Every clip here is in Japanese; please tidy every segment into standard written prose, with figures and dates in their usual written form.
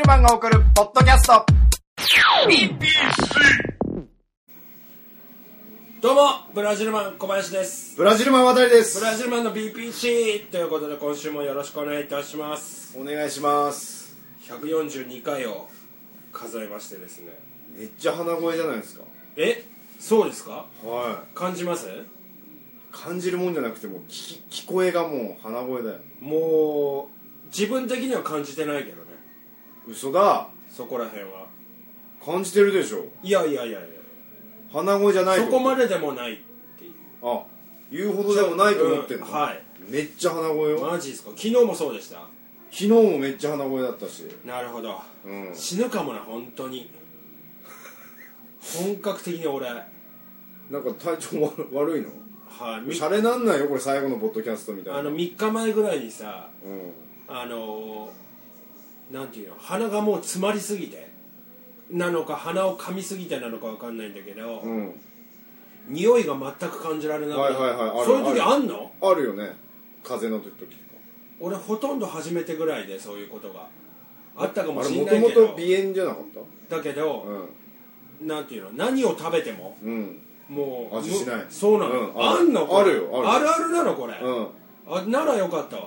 ルマンが送るポッドキャスト BBC。 どうもブラジルマン小林です。 ブラジルマン渡りです。 ブラジルマンの BBC ということで今週もよろしくお願いいたします。 お願いします。 142回を数えましてですね、 めっちゃ鼻声じゃないですか。 そうですか。 はい。 感じます。 感じるもんじゃなくても聞こえがもう鼻声だよ。 もう自分的には感じてないけどね。 嘘だ。 そこら辺は感じてるでしょ。 いや鼻声じゃないそこまででもないっていう。 あ、言うほどでもないと思ってんの、 はい。 めっちゃ鼻声よ。 マジですか。昨日もそうでした。 昨日もめっちゃ鼻声だったし。 なるほど、 うん、 死ぬかもな本当に本格的に俺なんか体調悪いの。 はい、 シャレなんないよこれ最後のポッドキャストみたいな。 3日前ぐらいにさ、 うん、 なんていうの、鼻がもう詰まりすぎてなのか鼻を噛みすぎてなのか分かんないんだけど、 うん、 匂いが全く感じられなくて、そういう時あんの？あるよね。風邪の時とか。 俺ほとんど初めてぐらいでそういうことがあったかもしれないけど、 もともと鼻炎じゃなかった？ だけど、なんていうの、何を食べても、もう味しない。 そうなの、あんの？ あるよ。 あるあるなのこれ。ならよかったわ。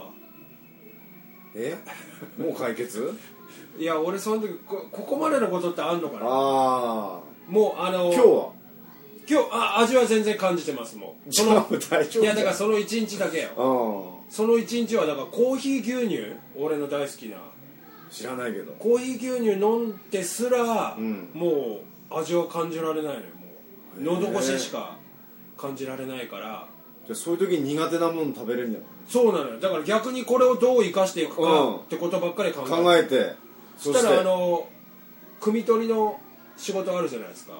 もう解決？ いや俺その時ここまでのことってあんのかな。 ああ。 もう今日味は全然感じてます。もうその大丈夫。 いやだからその1日だけよ。その1日はだからコーヒー牛乳、俺の大好きな。 知らないけどコーヒー牛乳飲んですら、もう味は感じられないのよ。もう喉越ししか感じられないから。 じゃあそういう時に苦手なもの食べれるんじゃない？ そうなのよ。だから逆にこれをどう生かしていくかってことばっかり考えて、そしたら汲み取りの仕事あるじゃないですか。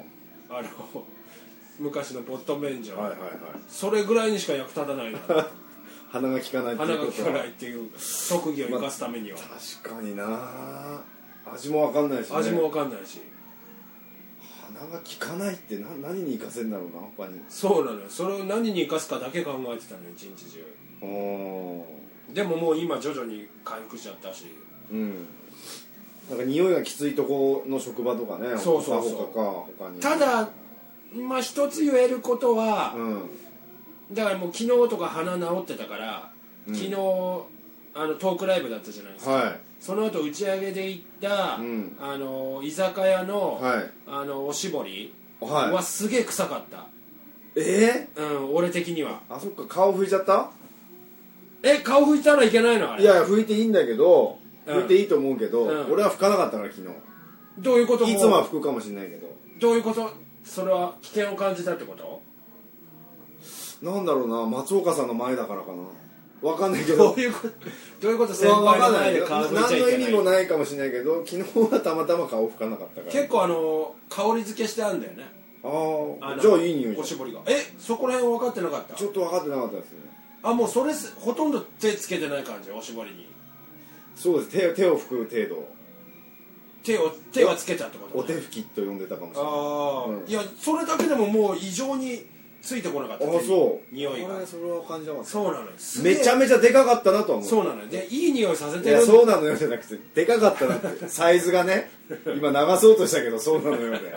昔のボット免除、それぐらいにしか役立たないの鼻が利かないっていうことは、 鼻が利かないっていう特技を生かすためには、 確かにな。味も分かんないしね。 味も分かんないし、 鼻が利かないって何に生かせるんだろうな他に。 そうなのよ。それを何に生かすかだけ考えてたのよ一日中。でももう今徐々に回復しちゃったし、 なんか匂いがきついとこの職場とかね。 そう他に。 ただまあ一つ言えることは、だからもう昨日とか鼻治ってたから、昨日トークライブだったじゃないですか、その後打ち上げで行った、居酒屋の、おしぼりはすげえ臭かった。俺的には。 あ、そっか。顔拭いちゃった？ 顔拭いたらいけないのあれ？ いや拭いていいんだけど、拭いていいと思うけど、俺は拭かなかったから昨日。 どういうこと？ いつもは拭くかもしれないけど。 どういうこと？それは危険を感じたってこと？ なんだろうな、松岡さんの前だからかな。わかんないけど。 どういうこと先輩の前で顔拭いちゃいけない？ 何の意味もないかもしれないけど、昨日はたまたま顔拭かなかったから。 結構香り付けしてあるんだよね。 じゃあいい匂いじゃん。 おしぼりが。そこら辺分かってなかった？ ちょっと分かってなかったですね。 もうそれほとんど手つけてない感じ、おしぼりに。 そうです。手を拭く程度。 手はつけたってこと？ お手拭きと呼んでたかもしれない。 いやそれだけでももう異常についてこなかった。 そう匂いが。 それは感じなかった。 そうなのよ。 めちゃめちゃでかかったなとは思う。 そうなのよ。でいい匂いさせてる。 いやそうなのよじゃなくて、でかかったなってサイズがね。今流そうとしたけどそうなのよで。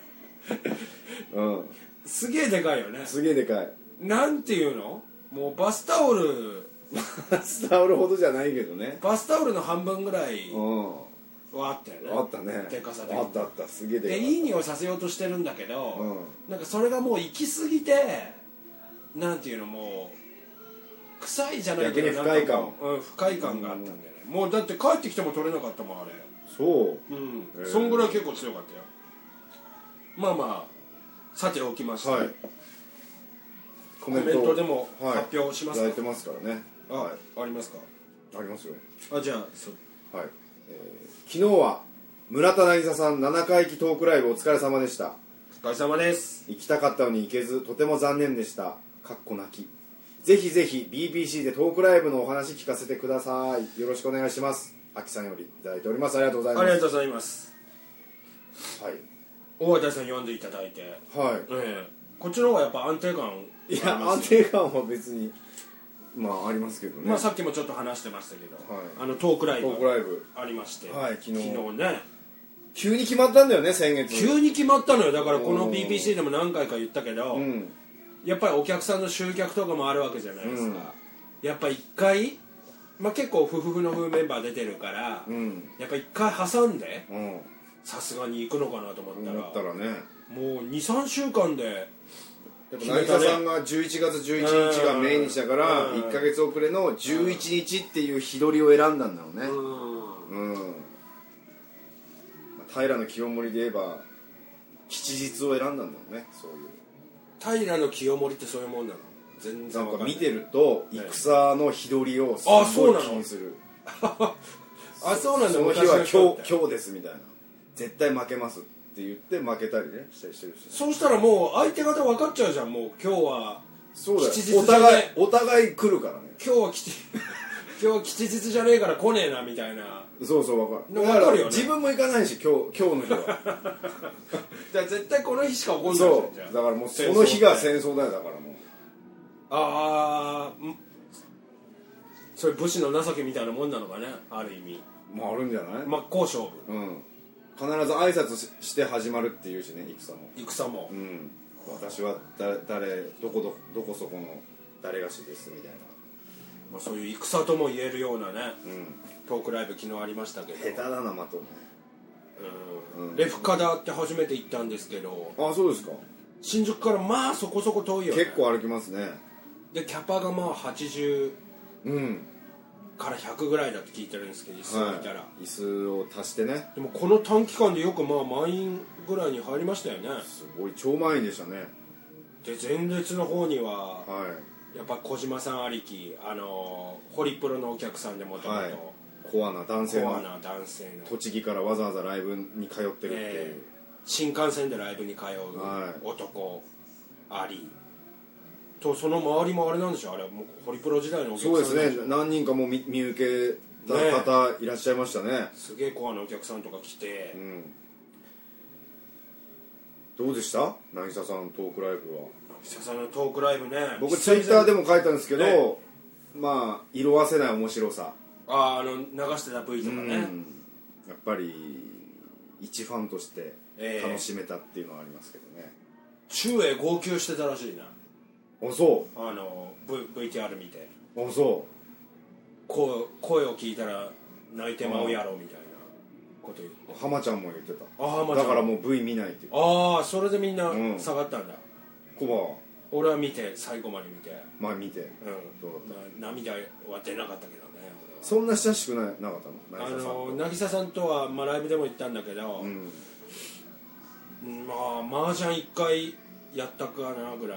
すげえでかいよね。 すげえでかい。 なんていうの？もうバスタオルほどじゃないけどね。 バスタオルの半分ぐらいはあったよね。 あったね。 でかさで。 あったすげえでかい。 でいい匂いさせようとしてるんだけど、なんかそれがもう行き過ぎて、なんていうの、もう臭いじゃないけど、 逆に不快感。 不快感があったんだよね。もうだって帰ってきても取れなかったもんあれ。 そう。 そんぐらい結構強かったよ。まあまあさておきまして、コメントでも発表しますか？ いただいてますからね。 ありますか？ ありますよ。 じゃあ昨日は村田渚さん7回忌トークライブお疲れ様でした。 お疲れ様です。 行きたかったのに行けずとても残念でした。かっこ泣き。ぜひぜひ BBC でトークライブのお話聞かせてください。よろしくお願いします。秋さんよりいただいております。ありがとうございます。 ありがとうございます。大渡さん読んでいただいて、 こっちの方がやっぱ安定感。 いや安定感は別にまあありますけどね、 まあさっきもちょっと話してましたけど、 はい、 トークライブありまして、 はい、昨日ね急に決まったんだよね、先月急に決まったのよ。だからこの BBC でも何回か言ったけど、やっぱりお客さんの集客とかもあるわけじゃないですか、やっぱ一回、まあ、結構フフフの風メンバー出てるから、やっぱ一回挟んでさすがに行くのかなと思ったらね、 もう 2,3 週間で渚さんが11月11日が命日だから1ヶ月遅れの11日っていう日取りを選んだんだろうね。平清盛で言えば吉日を選んだんだろうね。そういう平清盛ってそういうもんなの？全然なんか見てると戦の日取りをすごい気にする。 あ、そうなんだ。 その日は今日ですみたいな、絶対負けますって言って負けたりねしたりしてるし、 そうしたらもう相手方分かっちゃうじゃん。もう今日はそうだよ、 吉日じゃねえ、 お互い来るからね。 今日は吉日じゃねえから来ねえなみたいな。 そうそう、分かる。 分かるよね。 自分も行かないし、今日の日はじゃあ絶対この日しか起こんないじゃん。 そうだからもうその日が戦争だよ。だからもうそういう武士の情けみたいなもんなのかね、ある意味。 まああるんじゃない。 真っ向勝負、 必ず挨拶して始まるっていうしね、 戦も、 私はどこそこの誰がしですみたいな、 まあ、そういう戦とも言えるようなね、トークライブ昨日ありましたけど、 下手だなまとね、 レフカダって初めて行ったんですけど。 あ、そうですか。 新宿からまあそこそこ遠いよね。 結構歩きますね。 でキャパがまあ80から100ぐらいだって聞いてるんですけど、椅子を見たら、 椅子を足してね。 でもこの短期間でよくまあ満員ぐらいに入りましたよね。 すごい超満員でしたね。 で前列の方には、やっぱ小島さんありき、ホリプロのお客さんでもともとコアな男性の栃木からわざわざライブに通ってるっていう、 新幹線でライブに通う男ありと、その周りもあれなんでしょ、あれもうホリプロ時代のお客さん。 そうですね、何人かも見受けた方いらっしゃいましたね。 すげえコアなお客さんとか来て、 どうでした渚さんのトークライブは。 渚さんのトークライブね、 僕ツイッターでも書いたんですけど、まあ色褪せない面白さ、 流してた V とかね、 やっぱり一ファンとして楽しめたっていうのはありますけどね。 中英号泣してたらしいな。 あ、そう。 VTR 見て、 あ、そう。 声を聞いたら泣いてまうやろみたいなこと言って、 浜ちゃんも言ってた。 だからもう V 見ないっていう。 それでみんな下がったんだ。 コバは俺は見て、最後まで見て、 見て、どうだった。 涙は出なかったけどね。 そんな親しくなかったの渚さんとは、ライブでも言ったんだけど、麻雀1回やったかなぐらい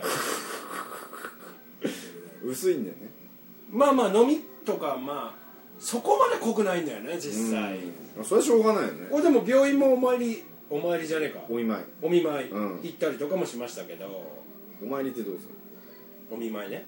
薄いんだよね。 まあ飲みとかそこまで濃くないんだよね実際。 それはしょうがないよね。 俺でも病院もお参りじゃねえか、お見舞い行ったりとかもしましたけど。 お参りってどうする？ お見舞いね。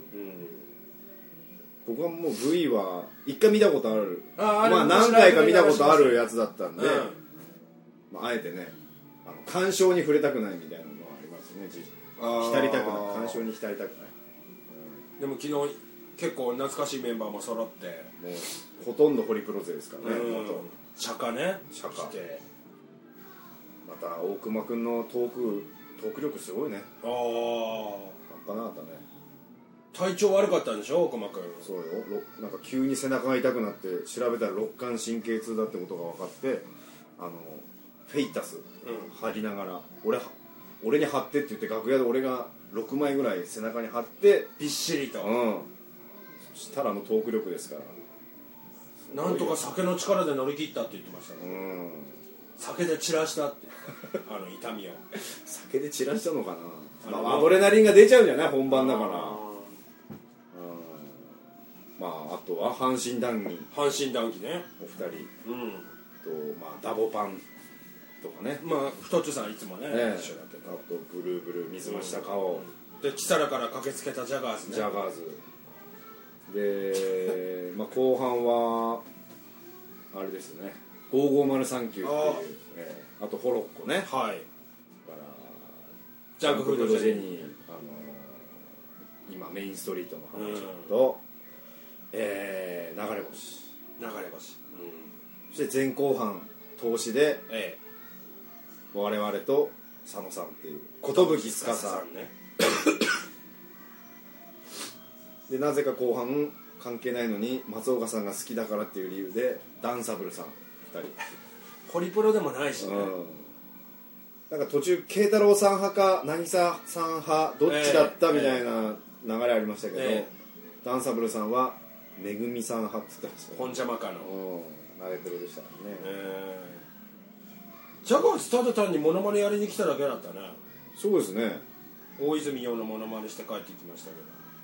僕はもう V は一回見たことある。何回か見たことあるやつだったんで、あえてね、鑑賞に触れたくないみたいなのはありますね。浸りたくない、鑑賞に浸りたくない。 でも昨日結構懐かしいメンバーも揃って、 もうほとんどホリプロ勢ですからね。 釈迦ね、 釈迦来て、また大熊君のトーク力すごいね。半端なかったね。 体調悪かったんでしょ大熊君。そうよ。 なんか急に背中が痛くなって調べたら肋間神経痛だってことが分かって、フェイタス貼りながら、俺に貼ってって言って楽屋で俺が6枚ぐらい背中に貼ってびっしりと、 そしたらトーク力ですから。 なんとか酒の力で乗り切ったって言ってましたね。酒で散らしたって痛みを酒で散らしたのかな。アドレナリンが出ちゃうんじゃない、本番だから。あとは阪神談義ね、お二人と、ダボパンとかね。 太っちょさんいつもね一緒だけど、 あとブルー水増し高尾で、キサラから駆けつけたジャガーズね。 で後半はあれですね、55039っていう、あとホロッコね、 ジャンクフードジェニー、 今メインストリートの話と、 流れ星、 そして前後半投資で、我々と佐野さんっていう寿司さんねでなぜか後半関係ないのに松岡さんが好きだからっていう理由でダンサブルさん2人ホリプロでもないしね、 なんか途中慶太郎さん派か渚さん派どっちだったみたいな流れありましたけど、ダンサブルさんはめぐみさん派って言ってましたね。 本邪魔かの投げてるでしたね。 ジャガースただ単にモノマネやりに来ただけだったね。 そうですね。 大泉洋のモノマネして帰ってきましたけ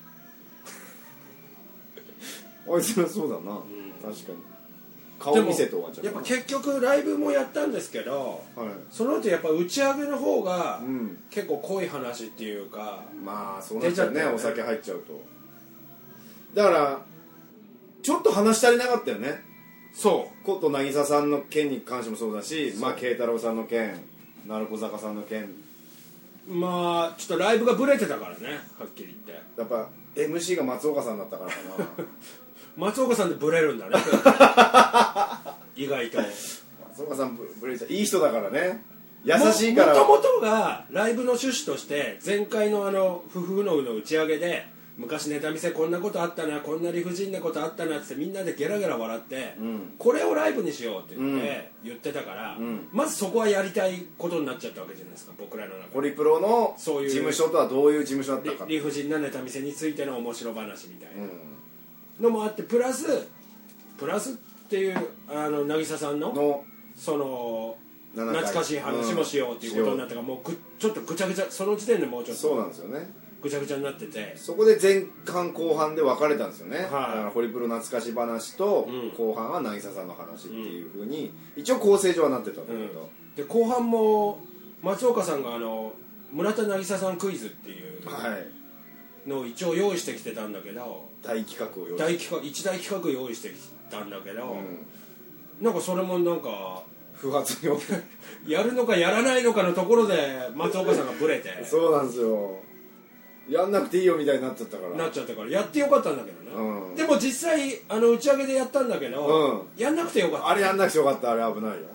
どあいつはそうだな、確かに顔見せて終わっちゃう。 やっぱ結局ライブもやったんですけど、その後やっぱ打ち上げの方が結構濃い話っていうか、 まあそうなっちゃうね、お酒入っちゃうと。だからちょっと話し足りなかったよね。 そうこと渚さんの件に関してもそうだし、まあ慶太郎さんの件、鳴子坂さんの件、 まあちょっとライブがブレてたからね、はっきり言って。 やっぱ MC が松岡さんだったからかな松岡さんでブレるんだね意外と松岡さんブレちゃう、いい人だからね、優しいから。 もともとがライブの趣旨として前回の夫婦の打ち上げで、昔ネタ見せこんなことあったな、こんな理不尽なことあったなってみんなでゲラゲラ笑って、これをライブにしようって言ってたから、まずそこはやりたいことになっちゃったわけじゃないですか、僕らの中で。 ホリプロの事務所とはどういう事務所だったか、 理不尽なネタ見せについての面白話みたいなのもあって、プラスっていう渚さんのその懐かしい話もしようっていうことになったから、もうちょっとぐちゃぐちゃ、その時点でもうちょっとそうなんですよね、 ぐちゃぐちゃになってて、 そこで前半後半で分かれたんですよね、 はい、 だからホリプロ懐かし話と、後半は渚さんの話っていうふうに、一応構成上はなってたんだけど、 で後半も松岡さんが村田渚さんクイズっていうのを一応用意してきてたんだけど、 大企画を用意して、 一大企画用意してきたんだけど、なんかそれもなんか不発にやるのかやらないのかのところで松岡さんがブレてそうなんですよ、やんなくていいよみたいになっちゃったから、 やってよかったんだけどね、でも実際打ち上げでやったんだけど、やんなくてよかった。 あれやんなくてよかった、あれ危ないよ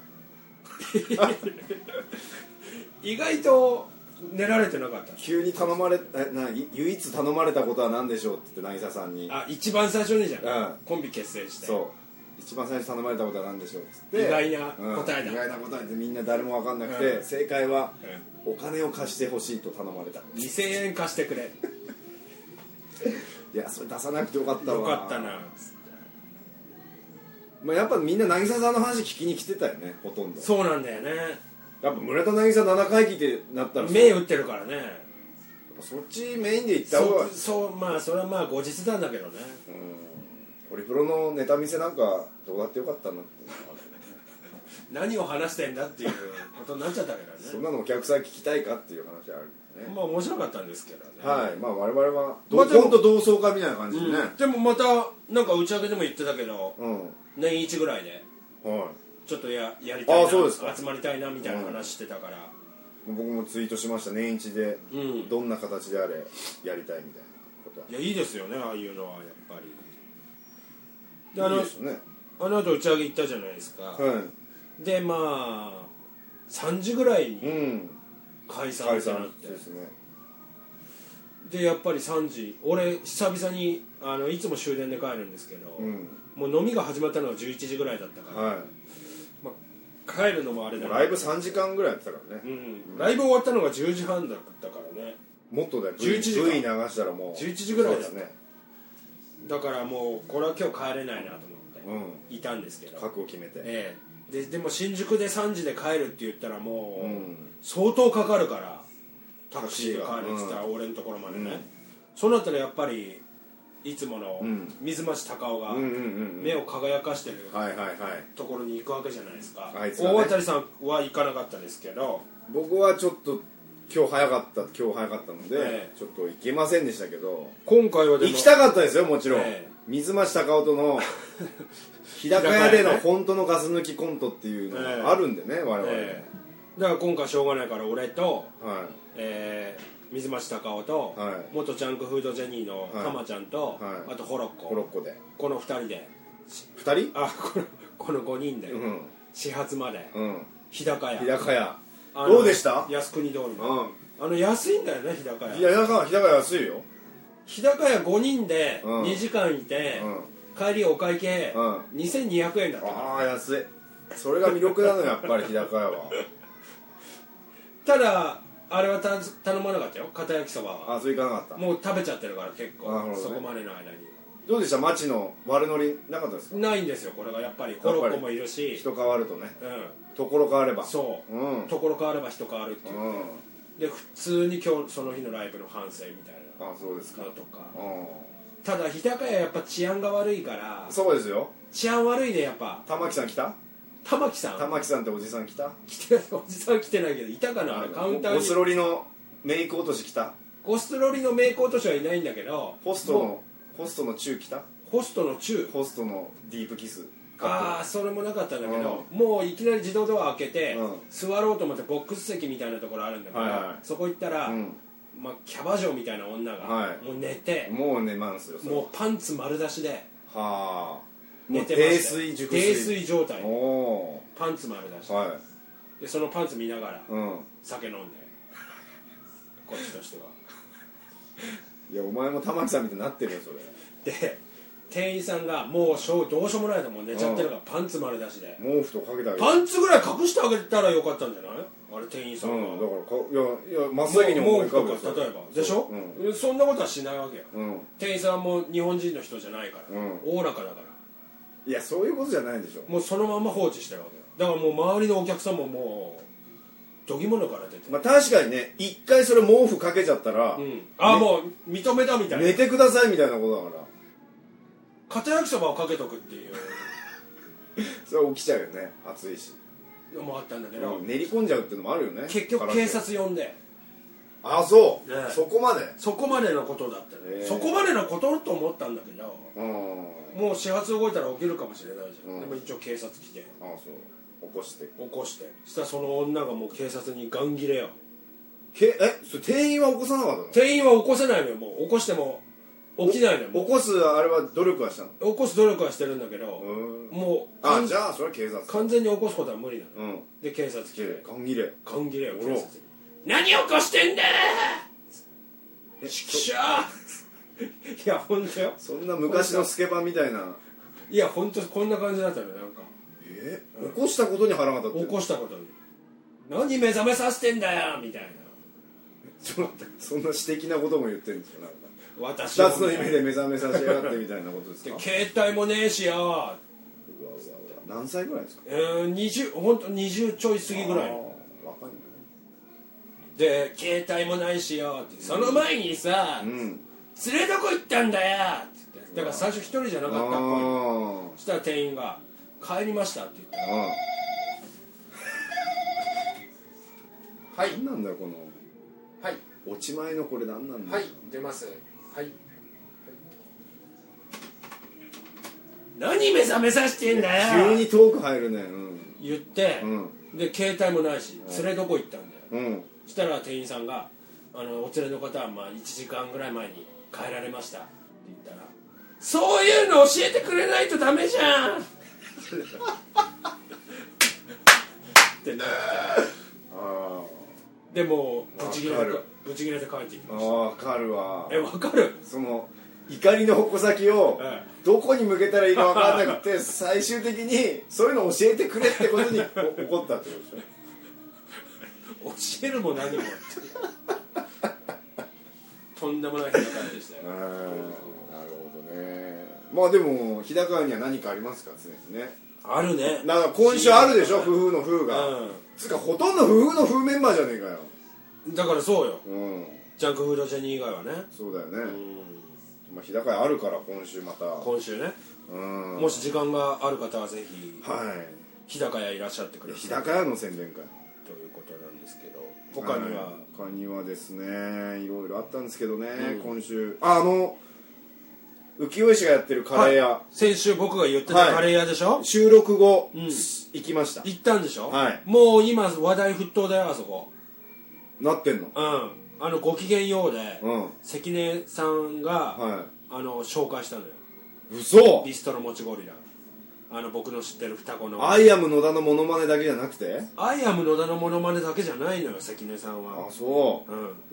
意外と練られてなかった。 急に頼まれ唯一頼まれたことは何でしょうって言って渚さんに、 一番最初にじゃん、コンビ結成して、 そう一番最初に頼まれたことは何でしょうって言って、 意外な答えだ、 意外な答えでみんな誰も分かんなくて、正解は、お金を貸してほしいと頼まれた、 2000円貸してくれいやそれ出さなくてよかったわ、 よかったな、 まあ、やっぱみんな渚さんの話聞きに来てたよね、ほとんど。 そうなんだよね、 やっぱ村田渚7回忌ってなったら目打ってるからね、 そっちメインで行った方がまあそれはまあ後日談だけどね、 ホリプロのネタ見せなんかどうだってよかったんだって何を話してんだっていうことになっちゃったけどねそんなのお客さん聞きたいかっていう話あるね。 まあ面白かったんですけどね、 はい、まあ我々は本当同窓会みたいな感じでね、 でもまたなんか打ち上げでも言ってたけど、年一ぐらいでちょっとやりたいな、集まりたいなみたいな話してたから、 僕もツイートしました、年一でどんな形であれやりたいみたいなことは。 いやいいですよね、ああいうのはやっぱり。 でいいですね、 あの後打ち上げ行ったじゃないですか、でまあ3時ぐらいに解散ってなって、でやっぱり3時、俺久々にいつも終電で帰るんですけど、もう飲みが始まったのは11時ぐらいだったから、まあ、帰るのもあれだライブ3時間ぐらいやってたからね、 ライブ終わったのが10時半だったからね、 もっとだよ、 11時 V 流したらもう 11時ぐらいだね。だからもうこれは今日帰れないなと思っていたんですけど、 覚悟決めて、 でも新宿で3時で帰るって言ったらもう相当かかるから、タクシーで帰るって言ったら俺のところまでね、そうなったらやっぱりいつもの水増し高尾が目を輝かしてるところに行くわけじゃないですか。大渡さんは行かなかったですけど、 僕はちょっと今日早かったので、ちょっと行けませんでしたけど、 今回はでも行きたかったですよ、もちろん、水増し高尾との日高屋での本当のガス抜きコントっていうのがあるんでね、我々、 だから今回しょうがないから俺と、水増し高尾と、元ジャンクフードジェニーの浜ちゃんと、あとホロッコでこの2人で 2人？ この5人で、始発まで、日高屋どうでした？ 靖国通りの、安いんだよね日高屋。 日高屋安いよ。 日高屋5人で2時間いて、帰りお会計、2200円だった。 ああ安い。それが魅力なのよやっぱり日高屋は。 ただあれは頼まなかったよ、片焼きそばは。 そういかなかった。 もう食べちゃってるから結構、 ね、 そこまでの間に。 どうでした？街の悪ノリなかったですか？ ないんですよ。これがやっぱりホロッコもいるし、 人変わるとね、ところ変われば、 そう、ところ変われば人変わるっていう、で普通に今日その日のライブの反省みたいなのとか。ただ日高屋やっぱ治安が悪いから。 そうですよ、 治安悪いでやっぱ。 玉木さん来た？ 玉木さんっておじさん来た？ おじさん来てないけどいたかな。カウンターにゴスロリのメイク落とし来た？ ゴスロリのメイク落としはいないんだけど、 ホストのチュー来た？ ホストのディープキス。 それもなかったんだけど、もういきなり自動ドア開けて、座ろうと思ってボックス席みたいなところあるんだけど、そこ行ったら、キャバ嬢みたいな女がもう寝て、 もう寝ますよ。 もうパンツ丸出しで寝てました。 泥酔状態、パンツ丸出しで、そのパンツ見ながら酒飲んで、こっちとしては。 いやお前も玉木さんみたいになってるよそれで店員さんがもうどうしようもないと、もう寝ちゃってるからパンツ丸出しで、 毛布とかけてあげる。 パンツぐらい隠してあげたらよかったんじゃない？あれ店員さんが、 だからいや真っ先に思い浮かぶよ。 例えばでしょ、そんなことはしないわけよ、店員さんも日本人の人じゃないから、おおらかだから。 いやそういうことじゃないでしょ。 もうそのまま放置してるわけよ。だからもう周りのお客さんももうどぎものから出て、 確かにね、一回それ毛布かけちゃったら、 もう認めたみたいな、 寝てくださいみたいなことだから、 片焼きそばをかけとくっていうそれ起きちゃうよね、暑いし。 もあったんだけど、 練り込んじゃうっていうのもあるよね。 結局警察呼んで、 そう、そこまでのことだったね。そこまでのことと思ったんだけど、もう始発動いたら起きるかもしれないじゃん、でも一応警察来て、 そう起こしてそしたらその女がもう警察にガン切れよ。 それ店員は起こさなかったの？ 店員は起こせないのよ。もう起こしても起きないのよ。 起こすあれは努力はしたの？ 起こす努力はしてるんだけど、もうじゃあそれは警察完全に起こすことは無理なの、で警察来てガン切れよ警察に。何起こしてんだー、ちくしょーいや本当よ、 そんな昔のスケバンみたいな。 いや本当こんな感じだったのよ。なんか起こしたことに腹が立ってる。 起こしたことに何目覚めさせてんだよみたいな。 そんな私的なことも言ってるんですよ。なんか私 2つの夢で目覚めさせやがってみたいなことですか？ 携帯もねえしよ。 何歳ぐらいですか ？20、本当20ちょい過ぎぐらい。 若いんで携帯もないしよって、その前にさ、連れどこ行ったんだよって言って、だから最初一人じゃなかったっぽい。そしたら店員が帰りましたって言ったら、はい、 何なんだよこの、 はい、 落ち前のこれ何なんだよ。 はい、出ます。はい、何目覚めさせてんだよ。 急にトーク入るね、 言って、で携帯もないし連れどこ行ったんだよ。そしたら店員さんがお連れの方は1時間ぐらい前に帰られましたって言ったら、そういうの教えてくれないとダメじゃんってなって、でもブチギレて帰っていきました。 分かるわ。 分かる？ その怒りの矛先をどこに向けたらいいか分からなくて最終的にそういうのを教えてくれってことに怒ったってことでしょ。教えるも何もとんでもない日高屋でしたよ。 なるほどね。まあでも日高屋には何かありますか？常にねあるね。 なんか今週あるでしょ、不風の風が、つうかほとんど不風の風メンバーじゃねえかよ。 だからそうよ、ジャンクフードジャニー以外はね。 そうだよね。まあ日高屋あるから今週ね、 もし時間がある方はぜひ、日高屋いらっしゃってください。 日高屋の宣伝会ということなんですけど、他にはですね、いろいろあったんですけどね、今週浮世絵師がやってるカレー屋、 先週僕が言ってたカレー屋でしょ。 収録後行きました。 行ったんでしょ。もう今話題沸騰だよ、あそこ。 なってんの？ ごきげんようで関根さんが紹介したのよ。 嘘？ ビストロもちゴリラ。 僕の知ってる双子のアイアム野田のモノマネだけじゃなくて、 アイアム野田のモノマネだけじゃないのよ関根さんは。 あ、そう、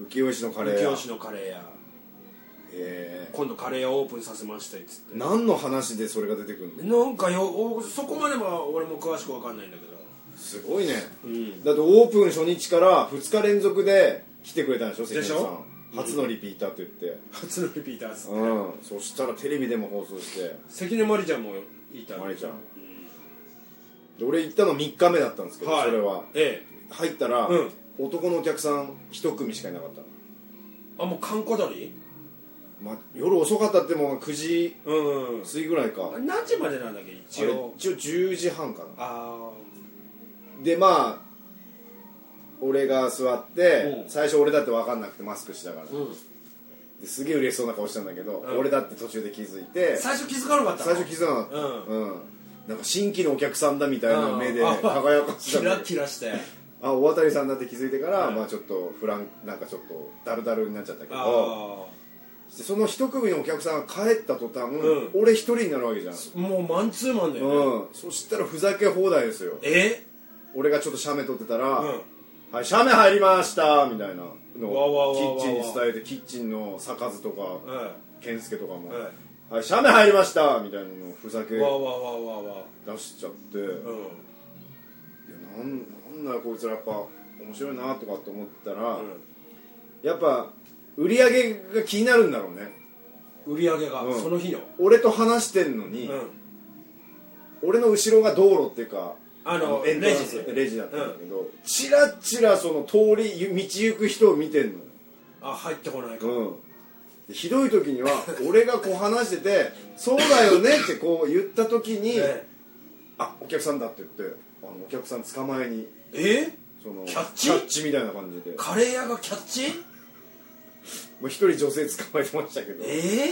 浮世絵師のカレー屋、 浮世絵師のカレー屋、今度カレー屋オープンさせましたっつって。 何の話でそれが出てくるの？ なんかそこまでは俺も詳しく分かんないんだけど、 すごいね、 うんだってオープン初日から2日連続で来てくれたんでしょ、関根さん。初のリピーターって言って、 初のリピーターっすね、 そしたらテレビでも放送して、 関根麻里ちゃんもいた。 麻里ちゃん、で俺行ったの3日目だったんですけど、それは、入ったら、男のお客さん1組しかいなかった。 あ、もう閑古鳥、 夜遅かったってもう9時過ぎぐらいか。 何時までなんだっけ一応 10時半かな。 あで俺が座って、最初俺だって分かんなくてマスクしながら、ですげえ嬉しそうな顔したんだけど、俺だって途中で気づいて、 最初気づかなかったの？ 最初気づかなかった、なんか新規のお客さんだみたいな目で輝かせた、 キラキラして、 お渡りさんだって気づいてから、ちょっとなんかちょっとダルダルになっちゃったけど、その一組のお客さんが帰った途端、俺一人になるわけじゃん。 もうマンツーマンだよね。 そしたらふざけ放題ですよ。俺がちょっと写メ撮ってたら、はい、写メ入りましたみたいなのをキッチンに伝えて、キッチンの坂津とか健介とかも、はい、写メ入りましたみたいなのをふざけ出しちゃって、なんだこいつらやっぱ面白いなとかって思ったら、やっぱ売り上げが気になるんだろうね。 売り上げが、その日の俺と話してんのに、俺の後ろが道路っていうかレジだったんだけど、チラッチラその通り道行く人を見てんの。 入ってこないか、 ひどい時には俺がこう話してて「そうだよね」ってこう言った時に「お客さんだ」って言って、お客さん捕まえに、そのキャッチみたいな感じで、 カレー屋がキャッチ、 もう一人女性捕まえてましたけど、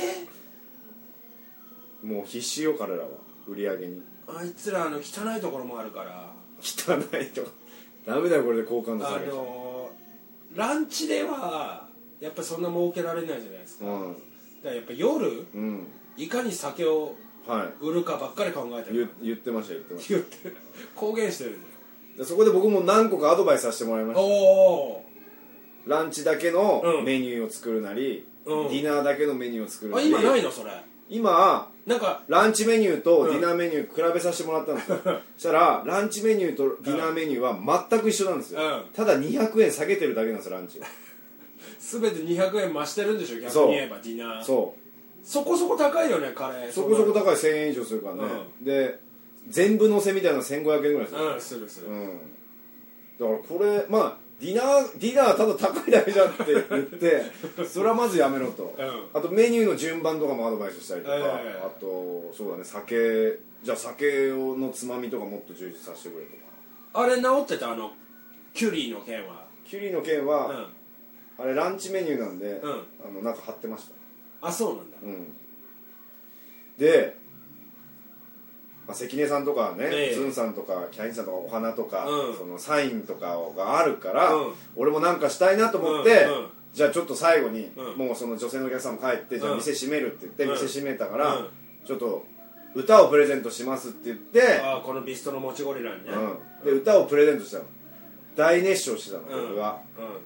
もう必死よ彼らは売り上げに。 あいつら汚いところもあるから。 汚いとダメだよこれで好感度下げちゃう。 ランチではやっぱそんな儲けられないじゃないですか、だからやっぱ夜、いかに酒を売るかばっかり考えてる。 言ってました公言してるんだよ。そこで僕も何個かアドバイスさせてもらいました。ランチだけのメニューを作るなり、ディナーだけのメニューを作るなり。 今ないのそれ？ 今なんかランチメニューとディナーメニュー比べさせてもらったんですよ、そしたらランチメニューとディナーメニューは全く一緒なんですよ、ただ200円下げてるだけなんですよランチは。 全て200円増してるんでしょ逆に言えば。ディナーそこそこ高いよねカレー。 そこそこ高い、1000円以上するからね、で全部のせみたいなの1500円ぐらいする。 する、 だからこれディナーただ高いだけじゃんって言ってそれはまずやめろと、あとメニューの順番とかもアドバイスしたりとか、あとそうだね、酒のつまみとかもっと充実させてくれとか。 あれ治ってたキュリーの件は、 あれランチメニューなんで、なんか貼ってました。 あ、そうなんだ。 で関根さんとかね、ズンさんとかキャインさんとかお花とか、そのサインとかがあるから、俺もなんかしたいなと思って、じゃあちょっと最後に、もうその女性のお客さんも帰って、じゃあ店閉めるって言って、店閉めたから、ちょっと歌をプレゼントしますって言って、 このビストのもちゴリラにね、 で歌をプレゼントしたの。大熱唱してたの僕が。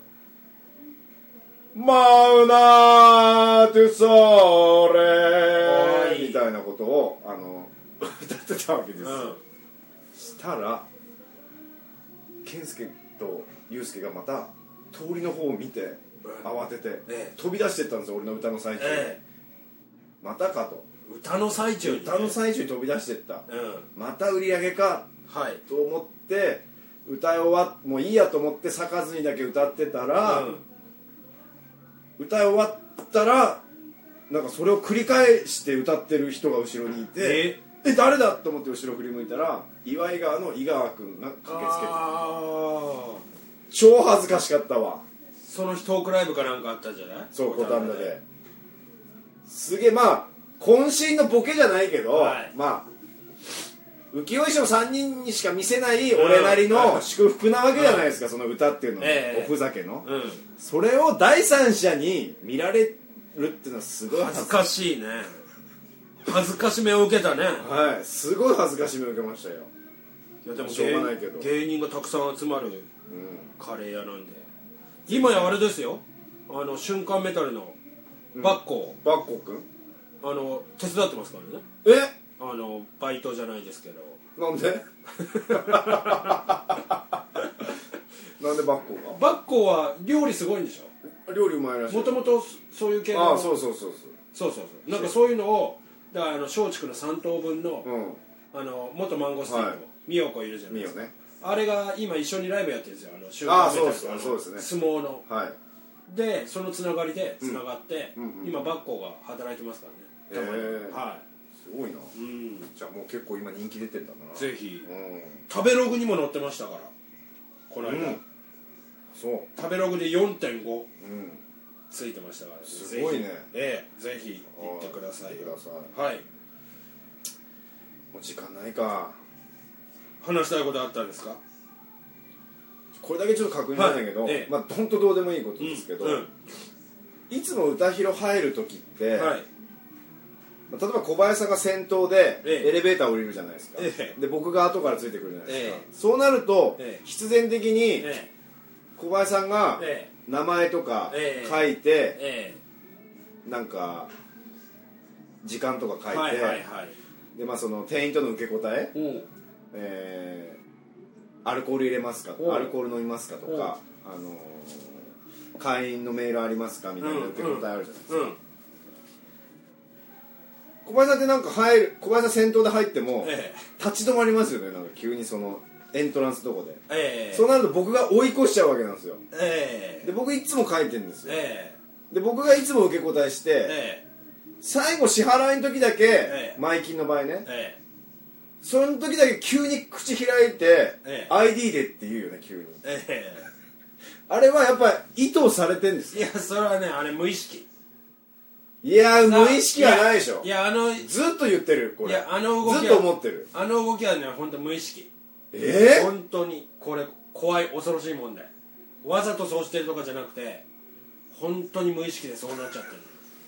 マウナートゥソーレみたいなことを歌ってたわけですよ、したら健介と祐介がまた通りの方を見て慌てて飛び出してったんですよ、俺の歌の最中に、またかと。 歌の最中に飛び出してった、また売り上げか、と思って歌い終わもういいやと思って咲かずにだけ歌ってたら、歌い終わったらなんかそれを繰り返して歌ってる人が後ろにいて、誰だと思って後ろ振り向いたら岩井川の井川君が駆けつけて、超恥ずかしかったわ。 その日トークライブかなんかあったんじゃない？ そう、五反田ですげえ、渾身のボケじゃないけど、浮世絵師の3人にしか見せない俺なりの祝福なわけじゃないですか、その歌っていうのは、おふざけの、それを第三者に見られるっていうのはすごい恥ずかしいね。 恥ずかしめを受けたね。 はい、すごい恥ずかしめを受けましたよ。 いやでもしょうがないけど芸人がたくさん集まるカレー屋なんで、今やあれですよ、瞬間メタルのバッコバッコくん手伝ってますからね。 えバイトじゃないですけど。 なんでなんでバッコがバッコは料理すごいんでしょ。 料理うまいらしい。 もともとそういう系の。 ああそうなんかそういうのをだから松竹の3等分の、元マンゴスティンの美代子いるじゃないですか、 ね、 あれが今一緒にライブやってるんですよ。 そうですね、 相撲の、 はい、 でそのつながりでつながって、今バッコが働いてますからね。はい、 すごいな。じゃあもう結構今人気出てるんだな。 ぜひ、食べログにも載ってましたからこの間、 そう食べログで 4.5、ついてましたから、 すごいね。 ぜひ行ってくださいよ。 はい。もう時間ないか。 話したいことあったんですか。 これだけちょっと確認なんだけど、まあ本当どうでもいいことですけど、いつも歌広入る時って、例えば小林さんが先頭でエレベーター降りるじゃないですか。で僕が後からついてくるじゃないですか。そうなると必然的に小林さんが名前とか書いて、なんか時間とか書いて、でまあその店員との受け答え、アルコール入れますか、アルコール飲みますかとか、会員のメールありますかみたいな受け答えあるじゃないですか。小林さんってなんか小林さん先頭で入っても立ち止まりますよね。なんか急にそのエントランスとこで、そうなると僕が追い越しちゃうわけなんですよ。で僕いつも書いてるんですよ。で僕がいつも受け答えして、最後支払いの時だけ、前金の場合ね、その時だけ急に口開いて、ID でって言うよね急に。あれはやっぱり意図されてんですよ。 いやそれはね、あれ無意識。 いや無意識はないでしょ。 いやずっと言ってるこれ。 いや動きずっと思ってる。 動きはね本当無意識。本当にこれ怖い恐ろしいもんで、わざとそうしてるとかじゃなくて本当に無意識でそうなっちゃってる。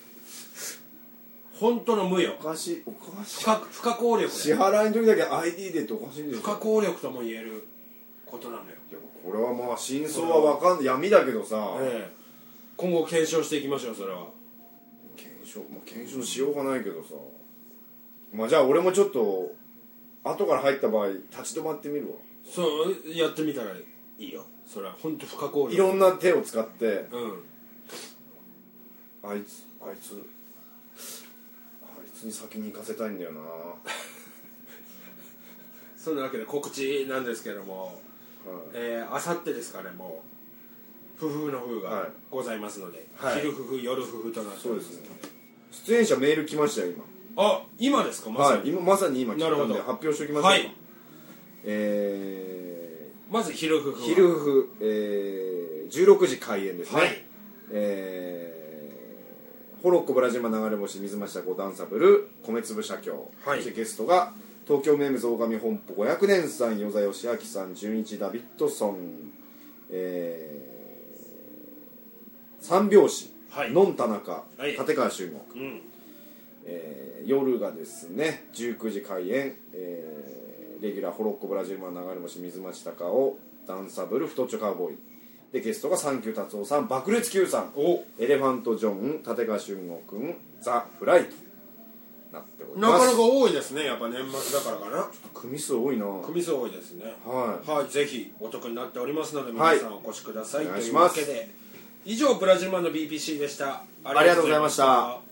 本当の無よ。 おかしい不可抗力。 支払いの時だけ ID でっておかしいんでしょ。 不可抗力とも言えることなのよ。 これはまあ真相は分かんない、闇だけどさ、 今後検証していきましょう。それは検証しようがないけどさ、まあじゃあ俺もちょっと後から入った場合立ち止まってみるわ。 そうやってみたらいいよ。それは本当不可抗力。 いろんな手を使って、あいつに先に行かせたいんだよな。 そんなわけで告知なんですけども、あさってですかね、もう不風の風がございますので、昼不風夜不風となっておりますので、 出演者メール来ましたよ今。 今ですか。 まさに今来たんで発表しておきましょう。 まず昼不風 16時開演ですね。ホロッコブラジルマ流れ星水増田5ダンサブル米粒社協、そしてゲストが東京名物大神本舗500年さん、与座義明さん、純一ダビッドソン、三拍子、ノン田中、立川修吾、夜がですね19時開演、レギュラーホロッコブラジルマ流れ星水増田をダンサブル太っちょカウボーイで、ゲストがサンキュー達夫さん、爆裂 Q さん、エレファントジョン、立川俊吾くん、ザ・フライとなっております。 なかなか多いですね。やっぱ年末だからかな。 組数多いな。 組数多いですね。ぜひお得になっておりますので皆さんお越しください。 お願いします。 というわけで以上ブラジルマンの BPC でした。 ありがとうございました。